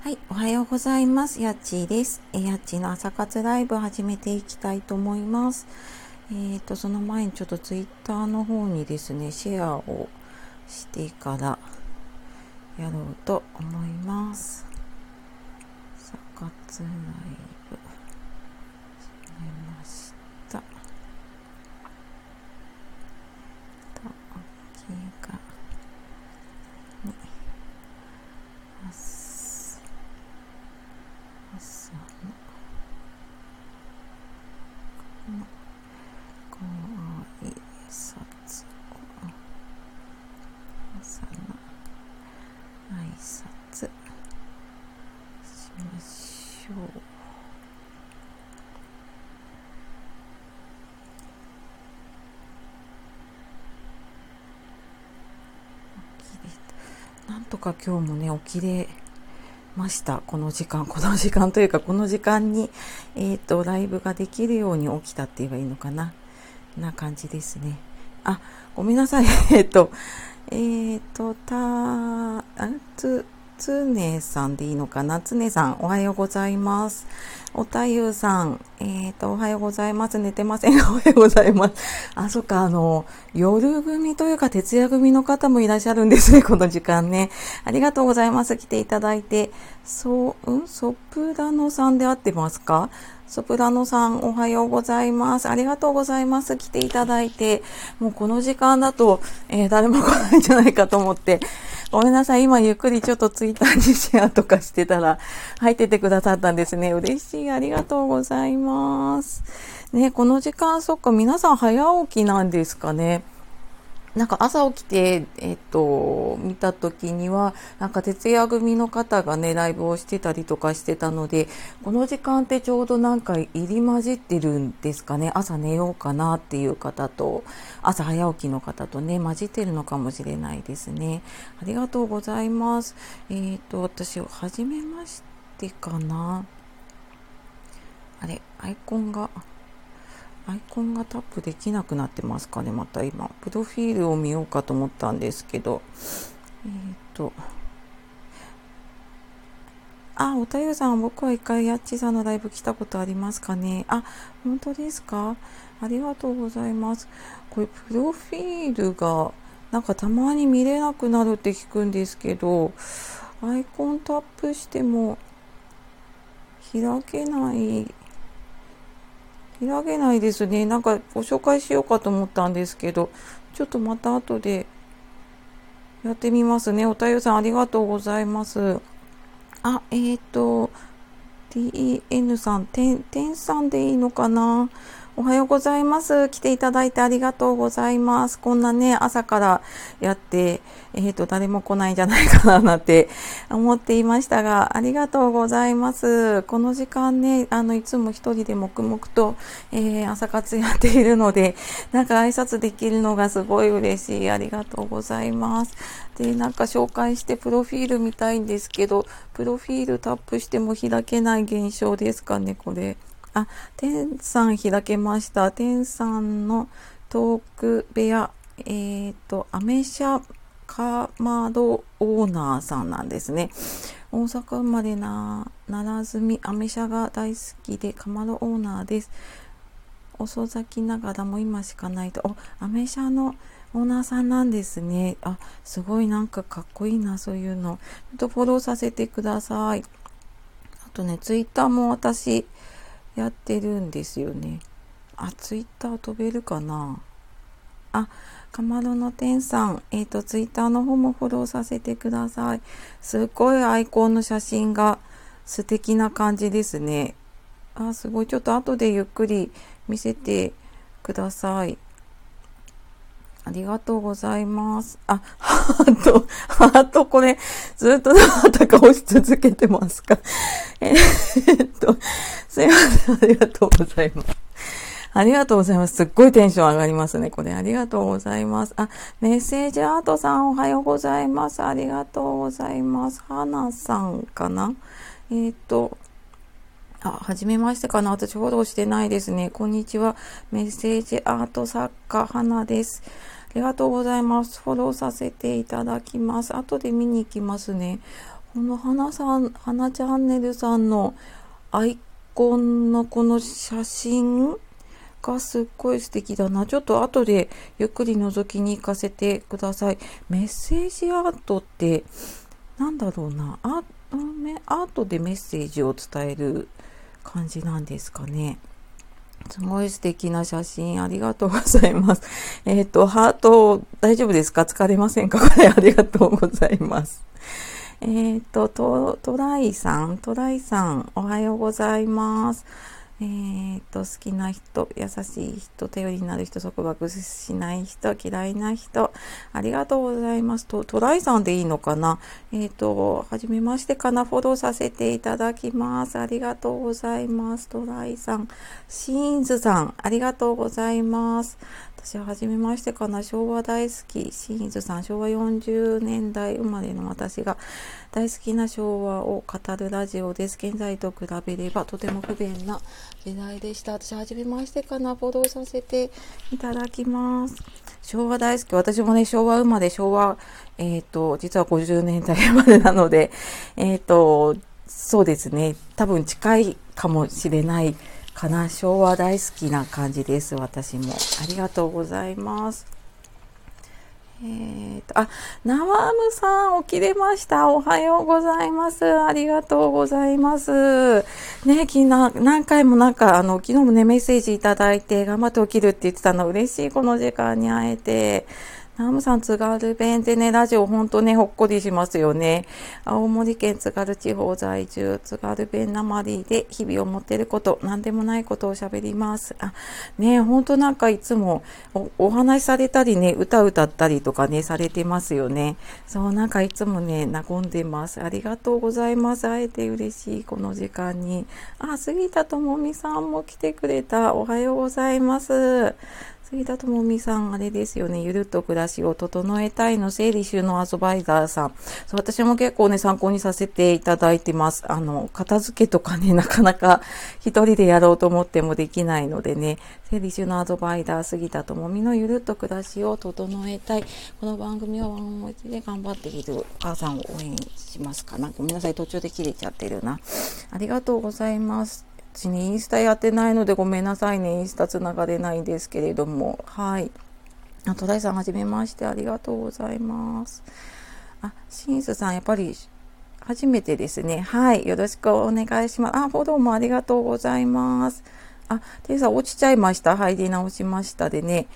はい、おはようございます。やっちーです。やっちーの朝活ライブ始めていきたいと思います。その前にちょっとツイッターの方にですね、シェアをしてからやろうと思います。朝活ライブ始めました。時がに朝のご挨拶を朝の挨拶しましょう。なんとか今日もね起きれました。この時間というかこの時間にライブができるように起きたって言えばいいのかな。な感じですね。あ、ごめんなさい。つねさんでいいのかな。つねさん、おはようございます。おたゆうさん、おはようございます。寝てませんが、おはようございます。あ、そっか、夜組というか、徹夜組の方もいらっしゃるんですね、この時間ね。ありがとうございます。来ていただいて。ソプラノさんで合ってますか？ソプラノさん、おはようございます。ありがとうございます。来ていただいて。もうこの時間だと、誰も来ないんじゃないかと思って。ごめんなさい。今ゆっくりちょっとツイッターにシェアとかしてたら入っててくださったんですね。嬉しい。ありがとうございます。ね、この時間、そっか、皆さん早起きなんですかね。なんか朝起きて、見た時には、なんか徹夜組の方がね、ライブをしてたりとかしてたので、この時間ってちょうどなんか入り混じってるんですかね。朝寝ようかなっていう方と、朝早起きの方とね、混じってるのかもしれないですね。ありがとうございます。私、初めましてかな。あれ、アイコンがタップできなくなってますかね。また今プロフィールを見ようかと思ったんですけど、おたゆさん、僕は一回やっちさんのライブ来たことありますかね。あ、本当ですか？ありがとうございます。これプロフィールがなんかたまに見れなくなるって聞くんですけど、アイコンタップしても開けないですね。なんかご紹介しようかと思ったんですけど、ちょっとまた後でやってみますね。おたゆさんありがとうございます。あ、TN さん、てんさんでいいのかな。おはようございます。来ていただいてありがとうございます。こんなね、朝からやって、誰も来ないんじゃないかななんて思っていましたが、ありがとうございます。この時間ね、いつも一人で黙々と、朝活やっているので、なんか挨拶できるのがすごい嬉しい。ありがとうございます。で、なんか紹介してプロフィール見たいんですけど、プロフィールタップしても開けない現象ですかね、これ。あ、てんさん開けました。てんさんのトーク部屋、アメ車かまどオーナーさんなんですね。大阪生まれならずみ、アメ車が大好きでかまどオーナーです。遅咲きながらも今しかないと。アメ車のオーナーさんなんですね。あ、すごいなんかかっこいいな、そういうの。ちょっとフォローさせてください。あとね、ツイッターも私やってるんですよね。あ、ツイッター飛べるかな。あ、かまどのてんさん、ツイッターの方もフォローさせてください。すっごいアイコンの写真が素敵な感じですね。あ、すごい。ちょっと後でゆっくり見せてください。ありがとうございます。あ、ハート、これ、ずっとどなたか押し続けてますか？すいません。ありがとうございます。ありがとうございます。すっごいテンション上がりますね。これ、ありがとうございます。あ、メッセージアートさん、おはようございます。ありがとうございます。はなさんかな。はじめましてかな。私フォローしてないですね。こんにちは。メッセージアート作家、はなです。ありがとうございます。フォローさせていただきます。後で見に行きますね。 この花チャンネルさんのアイコンのこの写真がすっごい素敵だな。ちょっと後でゆっくり覗きに行かせてください。メッセージアートってなんだろうな。アートでメッセージを伝える感じなんですかね。すごい素敵な写真ありがとうございます。ハート大丈夫ですか？疲れませんか？これありがとうございます。トライさん、おはようございます。好きな人、優しい人、頼りになる人、束縛しない人、嫌いな人、ありがとうございます。トライさんでいいのかな？はじめましてかな、フォローさせていただきます。ありがとうございます。トライさん、シーンズさん、ありがとうございます。私はじめましてかな、昭和大好き、シーンズさん、昭和40年代生まれの私が大好きな昭和を語るラジオです。現在と比べればとても不便な時代でした。私はじめましてかな、フォローさせていただきます。昭和大好き。私もね、昭和生まれ、実は50年代生まれなので、そうですね、多分近いかもしれないかな。昭和大好きな感じです。私も。ありがとうございます。ナワムさん起きれました。おはようございます。ありがとうございます。ね、何回も昨日もね、メッセージいただいて、頑張って起きるって言ってたの嬉しい、この時間に会えて。ナムさん、津軽弁でね、ラジオほんとね、ほっこりしますよね。青森県津軽地方在住、津軽弁なまりで日々思ってること、なんでもないことを喋ります。ね、ほんといつもお話しされたりね、歌ったりとかね、されてますよね。そう、いつもね、和んでます。ありがとうございます。会えて嬉しい、この時間に。杉田智美さんも来てくれた。おはようございます。杉田智美さん、あれですよね。ゆるっと暮らしを整えたいの整理収納アドバイザーさん。そう、私も結構ね、参考にさせていただいてます。片付けとかね、なかなか一人でやろうと思ってもできないのでね、整理収納アドバイザー杉田智美のゆるっと暮らしを整えたい。この番組はワンオンで頑張っているお母さんを応援しますかな。ごめんなさい、途中で切れちゃってるな。ありがとうございます。私ね、インスタやってないのでごめんなさいね。インスタつながれないんですけれども。はい。戸田さんはじめまして。ありがとうございます。シンスさん、やっぱり初めてですね。はい。よろしくお願いします。フォローもありがとうございます。テイさん落ちちゃいました。入り直しましたでね。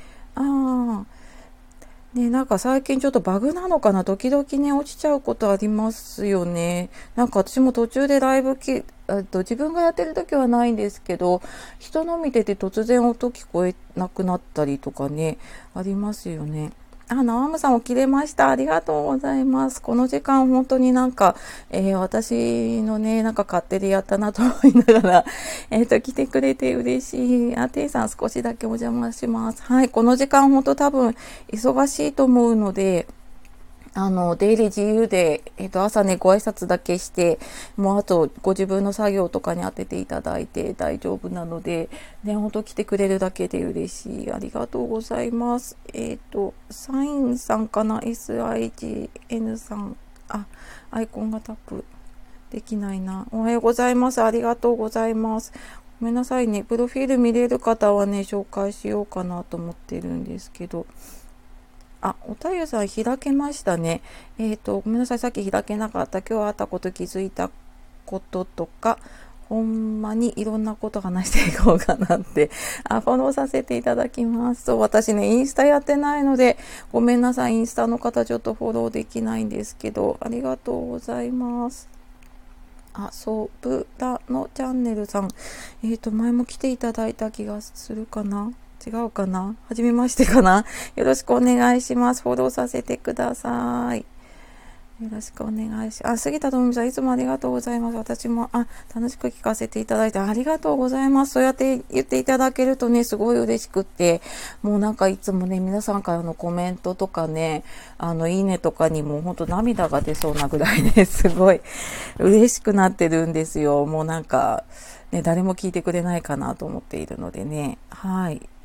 ね、最近ちょっとバグなのかな、時々ね、落ちちゃうことありますよね。私も途中でライブ自分がやってる時はないんですけど、人の見てて突然音聞こえなくなったりとかね、ありますよね。ナワムさん起きれました。ありがとうございます。この時間本当に私のね、勝手でやったなと思いながら、来てくれて嬉しい。テイさん少しだけお邪魔します。はい、この時間本当多分忙しいと思うので、出入り自由で、朝ね、ご挨拶だけして、もうあと、ご自分の作業とかに当てていただいて大丈夫なので、ね、ほんと来てくれるだけで嬉しい。ありがとうございます。サインさんかな？ SIGN さん。アイコンがタップできないな。おはようございます。ありがとうございます。ごめんなさいね。プロフィール見れる方はね、紹介しようかなと思ってるんですけど。おたゆさん開けましたね。ごめんなさい。さっき開けなかった。今日あったこと気づいたこととか、ほんまにいろんなこと話していこうかなって、フォローさせていただきます。そう、私ね、インスタやってないので、ごめんなさい。インスタの方ちょっとフォローできないんですけど、ありがとうございます。ソブラのチャンネルさん。前も来ていただいた気がするかな？違うかな？はじめましてかな？よろしくお願いします。フォローさせてください。よろしくお願いします。杉田智美さん、いつもありがとうございます。私も、楽しく聞かせていただいてありがとうございます。そうやって言っていただけるとね、すごい嬉しくって、もういつもね、皆さんからのコメントとかね、いいねとかにも本当涙が出そうなぐらいね、すごい嬉しくなってるんですよ。もうね、誰も聞いてくれないかなと思っているのでね。はい。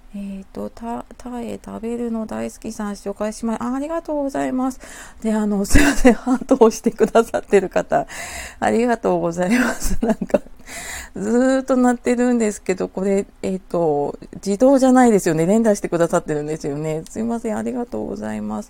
タエ食べるの大好きさん紹介します。ありがとうございます。で、すいません、ハートを押してくださってる方、ありがとうございます。なんか、ずーっと鳴ってるんですけど、これ、自動じゃないですよね。連打してくださってるんですよね。すいません、ありがとうございます。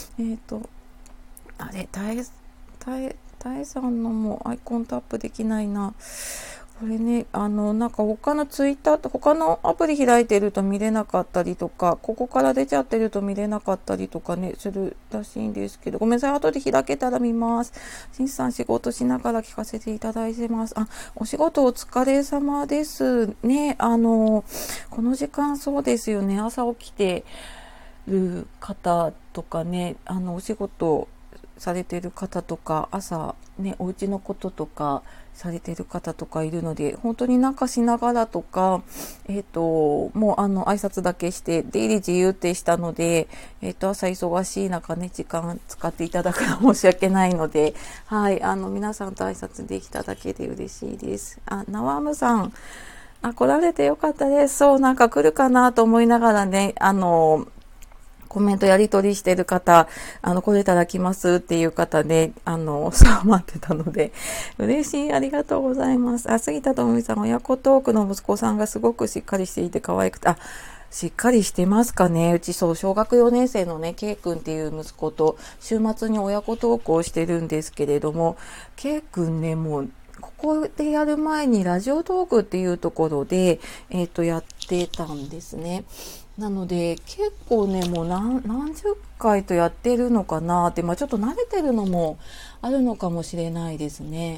あれ、タエさんのもアイコンタップできないな。これね、なんか他のツイッターと他のアプリ開いてると見れなかったりとか、ここから出ちゃってると見れなかったりとかね、するらしいんですけど、ごめんなさい、後で開けたら見ます。しんさん仕事しながら聞かせていただいてます。お仕事お疲れ様ですね。この時間そうですよね、朝起きてる方とかね、お仕事されてる方とか、朝ね、お家のこととかされてる方とかいるので、本当になんかしながらとか、もう挨拶だけして出入り自由ってしたので、朝忙しい中ね、時間使っていただくの申し訳ないので、はい、皆さんと挨拶できただけで嬉しいです。ナワムさん、来られてよかったです。そう、なんか来るかなと思いながらね、コメントやり取りしてる方、来れたら来ますっていう方で、そう待ってたので、嬉しい、ありがとうございます。杉田智美さん、親子トークの息子さんがすごくしっかりしていて可愛くて、しっかりしてますかね。うち小学4年生のね、K 君っていう息子と、週末に親子トークをしてるんですけれども、K 君ね、もう、ここでやる前にラジオトークっていうところで、やってたんですね。なので結構ね、もう何十回とやってるのかなって、ちょっと慣れてるのもあるのかもしれないですね。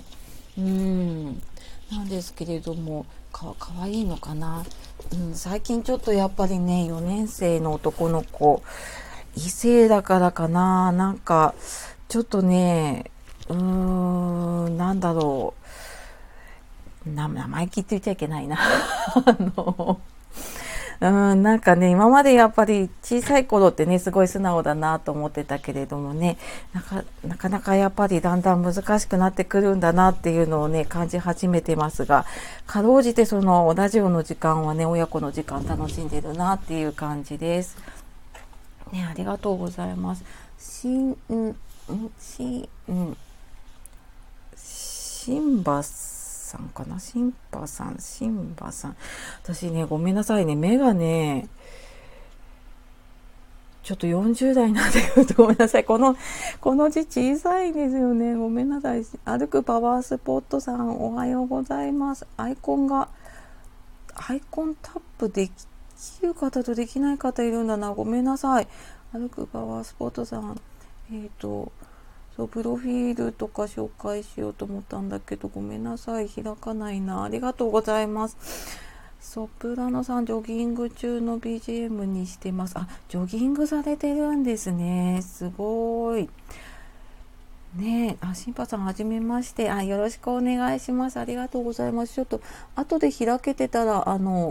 なんですけれども、かわいいのかな。最近ちょっとやっぱりね、4年生の男の子、異性だからかな。なんか、ちょっとね、なんだろう。生意気って言っちゃいけないな。なんかね、今までやっぱり小さい頃ってね、すごい素直だなと思ってたけれどもね、なかなかやっぱりだんだん難しくなってくるんだなっていうのをね、感じ始めてますが、かろうじてそのラジオの時間はね、親子の時間楽しんでるなっていう感じです。ね、ありがとうございます。シンバさんかな、シンバさん。私ね、ごめんなさいね、目がね、ちょっと40代になってくるとごめんなさい。この字小さいですよね。ごめんなさい。歩くパワースポットさん、おはようございます。アイコンタップできる方とできない方いるんだな。ごめんなさい。歩くパワースポットさん。プロフィールとか紹介しようと思ったんだけど、ごめんなさい。開かないな。ありがとうございます。ソプラノさん、ジョギング中の BGM にしてます。ジョギングされてるんですね。すごい。ねえ、シンパさん、はじめまして。よろしくお願いします。ありがとうございます。ちょっと、後で開けてたら、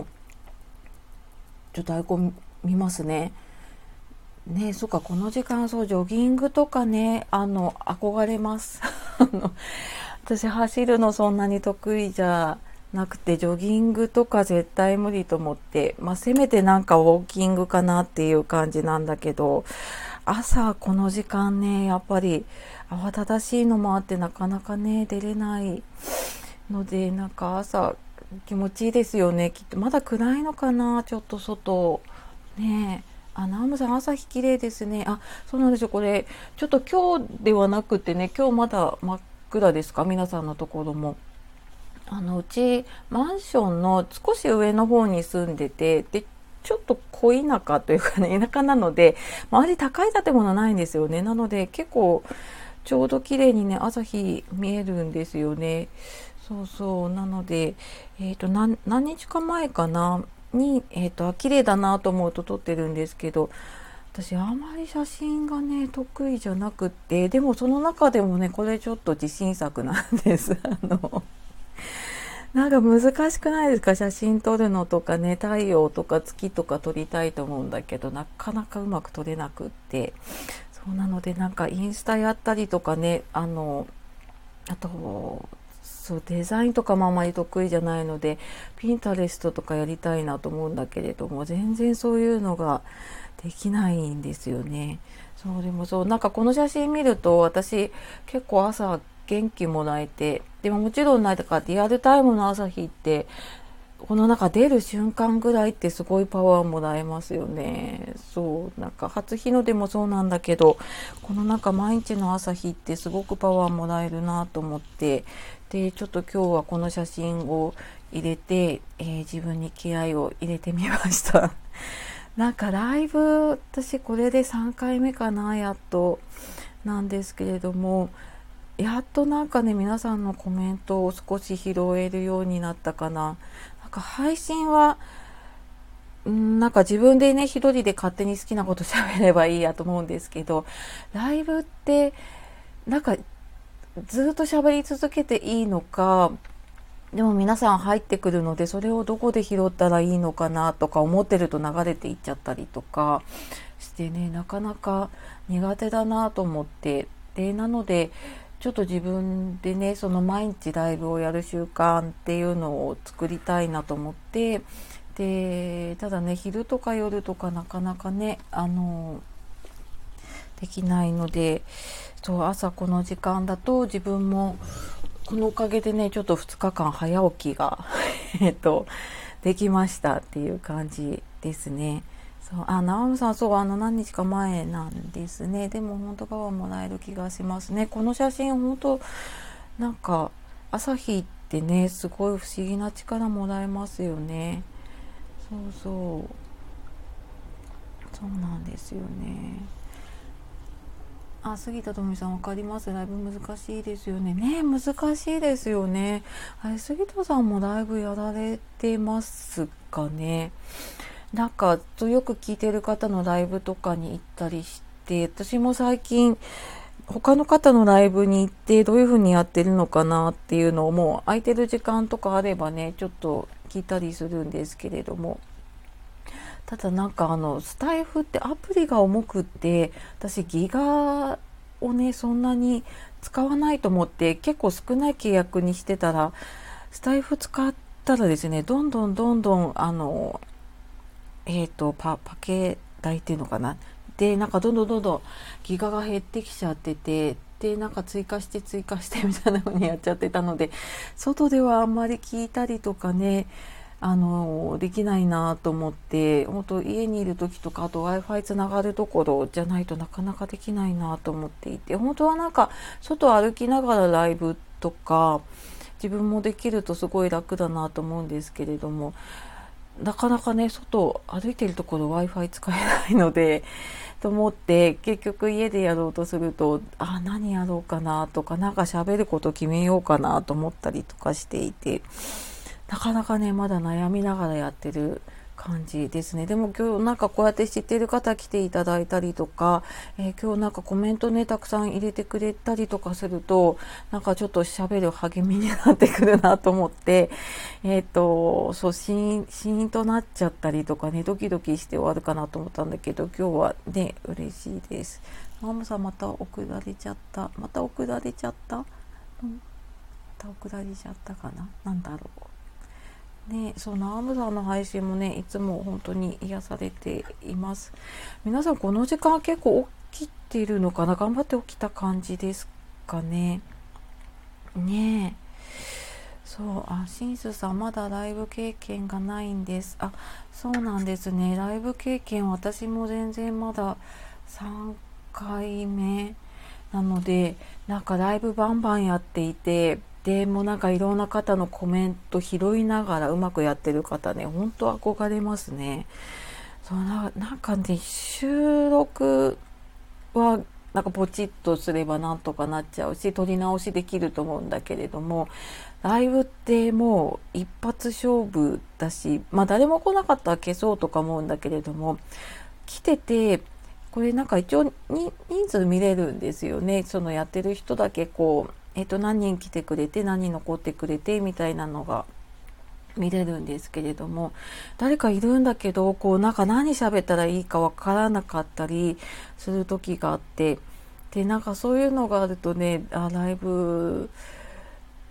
ちょっとアイコン見ますね。ねえ、そっか、この時間、そう、ジョギングとかね、憧れます。私、走るのそんなに得意じゃなくて、ジョギングとか絶対無理と思って、せめてなんかウォーキングかなっていう感じなんだけど、朝この時間ね、やっぱり慌ただしいのもあってなかなかね、出れないので、なんか朝気持ちいいですよね。きっとまだ暗いのかな、ちょっと外。ねえ。ナムさん、朝日綺麗ですね。そうなんですよ。これ、ちょっと今日ではなくてね、今日まだ真っ暗ですか、皆さんのところも。うち、マンションの少し上の方に住んでて、で、ちょっと小田舎というかね、田舎なので、周り高い建物ないんですよね。なので、結構、ちょうど綺麗にね、朝日見えるんですよね。そうそう。なので、何日か前かな、に、綺麗だなと思うと撮ってるんですけど、私あまり写真がね得意じゃなくって、でもその中でもね、これちょっと自信作なんです。なんか難しくないですか、写真撮るのとかね、太陽とか月とか撮りたいと思うんだけど、なかなかうまく撮れなくって、そうなので、なんかインスタやったりとかね、あとそうデザインとかもあまり得意じゃないので、ピンタレストとかやりたいなと思うんだけれども、全然そういうのができないんですよね。そうでもそうなんかこの写真見ると、私結構朝元気もらえて、でももちろんなんかリアルタイムの朝日ってこの中出る瞬間ぐらいってすごいパワーもらえますよね。そうなんか初日の出もそうなんだけど、この中毎日の朝日ってすごくパワーもらえるなと思って、でちょっと今日はこの写真を入れて、自分に気合を入れてみましたなんかライブ、私これで3回目かな、やっとなんですけれども、やっとなんかね、皆さんのコメントを少し拾えるようになったかな。なんか配信は、なんか自分でね、一人で勝手に好きなこと喋ればいいやと思うんですけど、ライブって、なんかずっと喋り続けていいのか、でも皆さん入ってくるので、それをどこで拾ったらいいのかなとか思ってると流れていっちゃったりとかしてね、なかなか苦手だなと思って、で、なので、ちょっと自分でね、その毎日ライブをやる習慣っていうのを作りたいなと思って、で、ただね、昼とか夜とかなかなかね、できないので、そう、朝この時間だと自分も、このおかげでね、ちょっと2日間早起きができましたっていう感じですね。そう、直美さん、そう、何日か前なんですね。でも本当パワーもらえる気がしますね。この写真、本当なんか、朝日ってね、すごい不思議な力もらえますよね。そうそう。そうなんですよね。杉田智美さん、わかります。ライブ難しいですよね。ね、難しいですよね。あれ、杉田さんもライブやられてますかね。なんか、よく聞いてる方のライブとかに行ったりして、私も最近、他の方のライブに行ってどういう風にやってるのかなっていうのを、もう空いてる時間とかあればね、ちょっと聞いたりするんですけれども、ただなんかスタイフってアプリが重くって、私ギガをねそんなに使わないと思って結構少ない契約にしてたら、スタイフ使ったらですね、どんどんパケ代っていうのかな、でなんかどんどんギガが減ってきちゃってて、でなんか追加してみたいな風にやっちゃってたので、外ではあんまり聞いたりとかね、できないなと思って、本当家にいる時とか、あと Wi-Fi つながるところじゃないとなかなかできないなと思っていて、本当はなんか外歩きながらライブとか自分もできるとすごい楽だなと思うんですけれども、なかなかね、外歩いてるところ Wi-Fi 使えないのでと思って、結局家でやろうとすると、何やろうかなとか、なんか喋ること決めようかなと思ったりとかしていて、なかなかね、まだ悩みながらやってる感じですね。でも今日なんかこうやって知ってる方来ていただいたりとか、今日なんかコメントね、たくさん入れてくれたりとかすると、なんかちょっと喋る励みになってくるなと思って、そう、シーンとなっちゃったりとかね、ドキドキして終わるかなと思ったんだけど、今日はね、嬉しいです。マムさんまた送られちゃった。また送られちゃった、送られちゃったかな、なんだろう。ね、そう、ナムさんの配信もね、いつも本当に癒されています。皆さんこの時間結構起きているのかな、頑張って起きた感じですかね。ねえ。そう、シンスさんまだライブ経験がないんです。そうなんですね。ライブ経験私も全然まだ3回目なので、なんかライブバンバンやっていて、でもなんかいろんな方のコメント拾いながらうまくやってる方ね、本当憧れますね。そうなんかね、収録はなんかポチッとすればなんとかなっちゃうし、撮り直しできると思うんだけれども、ライブってもう一発勝負だし、誰も来なかったら消そうとか思うんだけれども、来てて、これなんか一応人数見れるんですよね。そのやってる人だけこう、何人来てくれて何人残ってくれてみたいなのが見れるんですけれども、誰かいるんだけど、こうなんか何喋ったらいいかわからなかったりする時があって、でなんかそういうのがあるとね、ライブ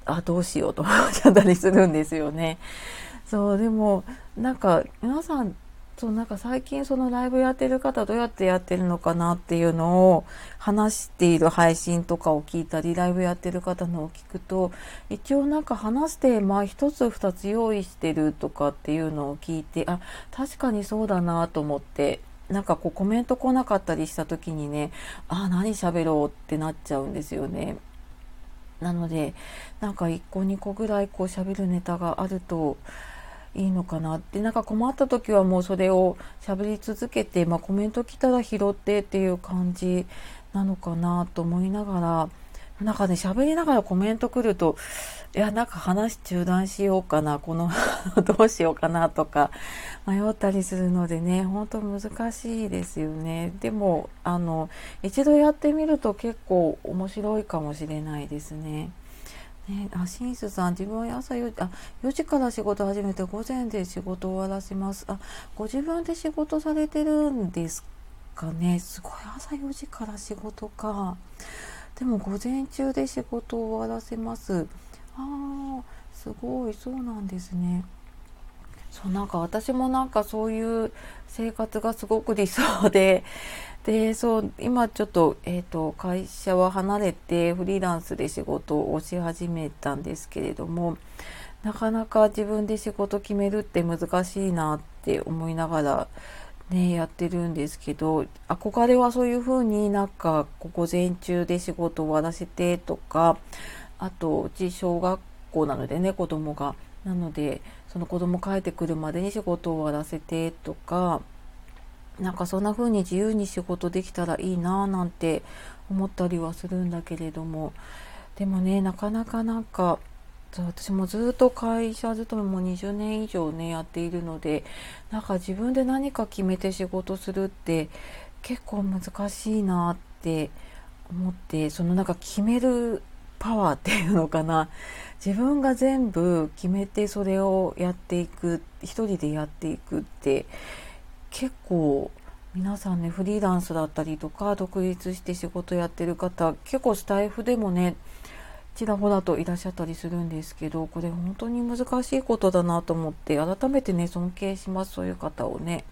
どうしようと思っちゃったりするんですよね。そうでもなんか皆さんなんか最近そのライブやってる方どうやってやってるのかなっていうのを話している配信とかを聞いたり、ライブやってる方のを聞くと、一応なんか話すテーマ一つ二つ用意してるとかっていうのを聞いて、確かにそうだなと思って、なんかコメント来なかったりした時にね、何喋ろうってなっちゃうんですよね。なのでなんか1個2個ぐらい喋るネタがあるといいのかなって、なんか困った時はもうそれを喋り続けて、コメント来たら拾ってっていう感じなのかなと思いながら、なんかね喋りながらコメント来ると、なんか話中断しようかな、どうしようかなとか迷ったりするのでね、本当難しいですよね。でも一度やってみると結構面白いかもしれないですね。シンスさん、自分は朝4時から仕事始めて午前で仕事を終わらせます。ご自分で仕事されてるんですかね。すごい、朝4時から仕事か。でも午前中で仕事を終わらせます。すごい、そうなんですね。なんか私もなんかそういう生活がすごく理想で、今ちょっと、会社は離れてフリーランスで仕事をし始めたんですけれども、なかなか自分で仕事決めるって難しいなって思いながらねやってるんですけど、憧れはそういう風になんか午前中で仕事を終わらせてとか、あとうち小学校なのでね、子供がなのでその子供帰ってくるまでに仕事を終わらせてとか、なんかそんな風に自由に仕事できたらいいななんて思ったりはするんだけれども、でもねなかなかなんか私もずっと会社勤めも20年以上ねやっているので、なんか自分で何か決めて仕事するって結構難しいなって思って、なんか決めるパワーっていうのかな、自分が全部決めてそれをやっていく、一人でやっていくって結構皆さんね、フリーランスだったりとか独立して仕事やってる方、結構スタイフでもねちらほらといらっしゃったりするんですけど、これ本当に難しいことだなと思って改めてね尊敬します、そういう方をね。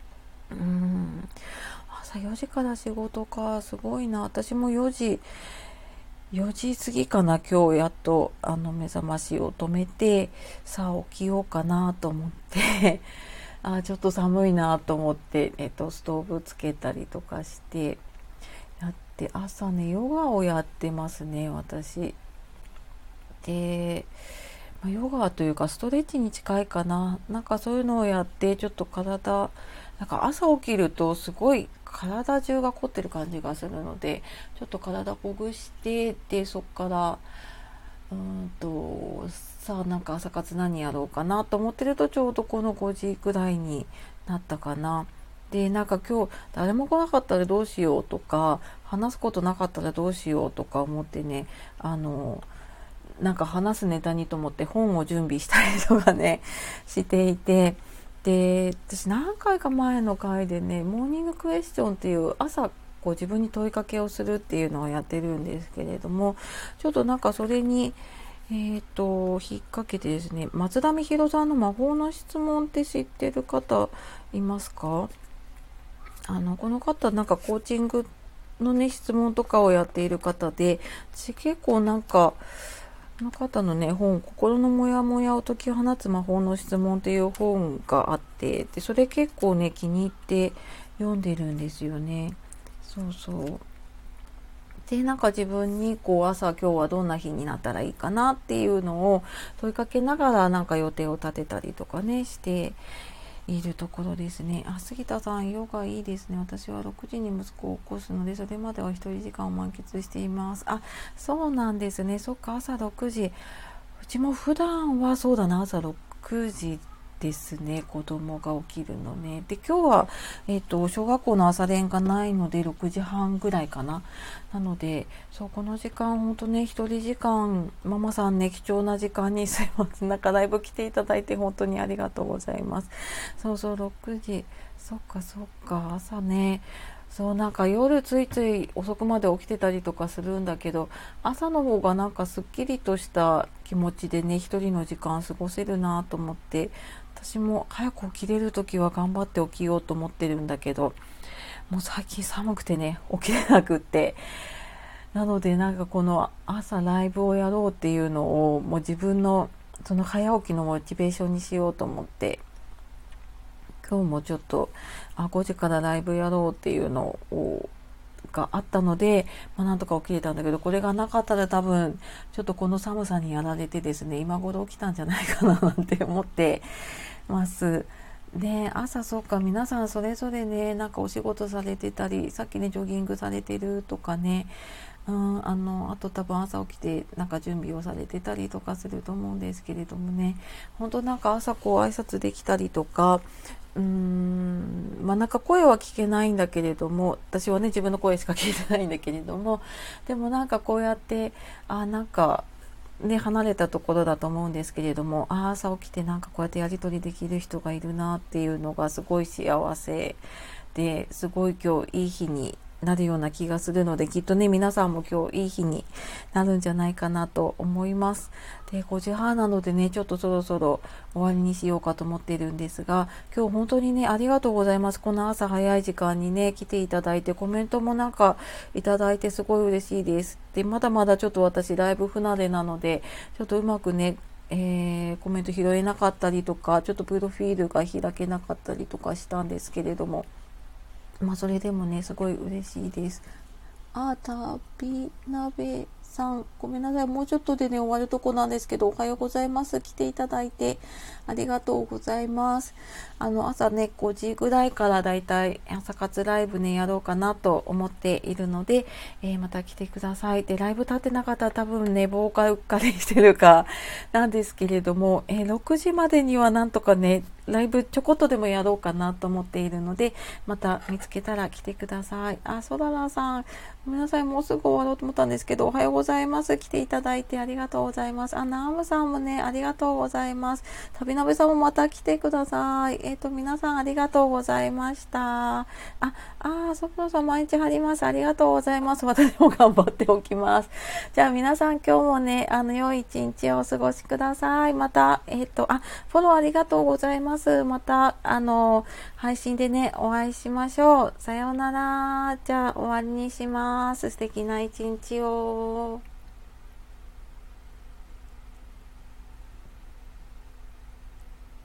朝4時から仕事か、すごいな。私も4時過ぎかな、今日やっと目覚ましを止めてさあ起きようかなと思ってちょっと寒いなと思って、ストーブつけたりとかしてやって、朝ねヨガをやってますね、私で。ヨガというかストレッチに近いかな。なんかそういうのをやって、ちょっとなんか朝起きるとすごい体中が凝ってる感じがするので、ちょっと体ほぐして、でそっからさあなんか朝活何やろうかなと思ってると、ちょうどこの5時くらいになったかな。でなんか今日誰も来なかったらどうしようとか、話すことなかったらどうしようとか思ってね、なんか話すネタにと思って本を準備したりとかねしていて、で私何回か前の回でね、モーニングクエスチョンっていう朝自分に問いかけをするっていうのをやってるんですけれども、ちょっとなんかそれに引っ掛けてですね、松田美弘さんの魔法の質問って知ってる方いますか？この方なんかコーチングのね質問とかをやっている方で、私結構なんかこの方のね本、心のモヤモヤを解き放つ魔法の質問っていう本があって、でそれ結構ね気に入って読んでるんですよね。でなんか自分に朝今日はどんな日になったらいいかなっていうのを問いかけながら、なんか予定を立てたりとかねしているところですね。杉田さん、ヨガいいですね。私は6時に息子を起こすので、それまでは一人時間を満喫しています。そうなんですね。そっか、朝6時。うちも普段はそうだな、朝6時ですね、子供が起きるのね。で今日は、小学校の朝練がないので6時半ぐらいかな。なのでこの時間本当ね、一人時間、ママさんね貴重な時間にすいません、なんかライブ来ていただいて本当にありがとうございます。6時、そっか朝ね、 そうなんか夜ついつい遅くまで起きてたりとかするんだけど、朝の方がなんかすっきりとした気持ちでね、一人の時間過ごせるなと思って、私も早く起きれる時は頑張って起きようと思ってるんだけど、もう最近寒くてね起きれなくって、なのでなんかこの朝ライブをやろうっていうのをもう自分のその早起きのモチベーションにしようと思って、今日もちょっと5時からライブやろうっていうのをがあったので、なんとか起きれたんだけど、これがなかったら多分ちょっとこの寒さにやられてですね、今頃起きたんじゃないかななんて思ってます。で、朝そうか、皆さんそれぞれね、なんかお仕事されてたり、さっきねジョギングされてるとかね、あと多分朝起きてなんか準備をされてたりとかすると思うんですけれどもね、本当なんか朝こう挨拶できたりとか、なんか声は聞けないんだけれども、私はね自分の声しか聞いてないんだけれども、でもなんかこうやってなんかね離れたところだと思うんですけれども、朝起きてなんかこうやってやり取りできる人がいるなっていうのがすごい幸せで、すごい今日いい日になるような気がするので、きっとね皆さんも今日いい日になるんじゃないかなと思います。で、5時半なのでね、ちょっとそろそろ終わりにしようかと思っているんですが、今日本当にねありがとうございます。この朝早い時間にね来ていただいて、コメントもなんかいただいてすごい嬉しいです。で、まだまだちょっと私ライブ不慣れなので、ちょっとうまくねコメント拾えなかったりとか、ちょっとプロフィールが開けなかったりとかしたんですけれども、それでもねすごい嬉しいです。たびなべさん、ごめんなさい、もうちょっとでね終わるとこなんですけど、おはようございます。来ていただいてありがとうございます。朝ね5時ぐらいからだいたい朝活ライブねやろうかなと思っているので、また来てください。で、ライブ立ってなかったら多分寝坊かうっかりしてるかなんですけれども、6時までにはなんとかねライブちょこっとでもやろうかなと思っているので、また見つけたら来てください。ソララさん、ごめんなさい、もうすぐ終わろうと思ったんですけど、おはようございます。来ていただいてありがとうございます。ナームさんもね、ありがとうございます。旅鍋さんもまた来てください。皆さんありがとうございました。そこさん毎日貼ります。ありがとうございます。私も頑張っておきます。じゃあ皆さん今日もね、良い一日をお過ごしください。また、フォローありがとうございます。また、配信でね、お会いしましょう。さようなら。じゃあ終わりにします。素敵な一日を。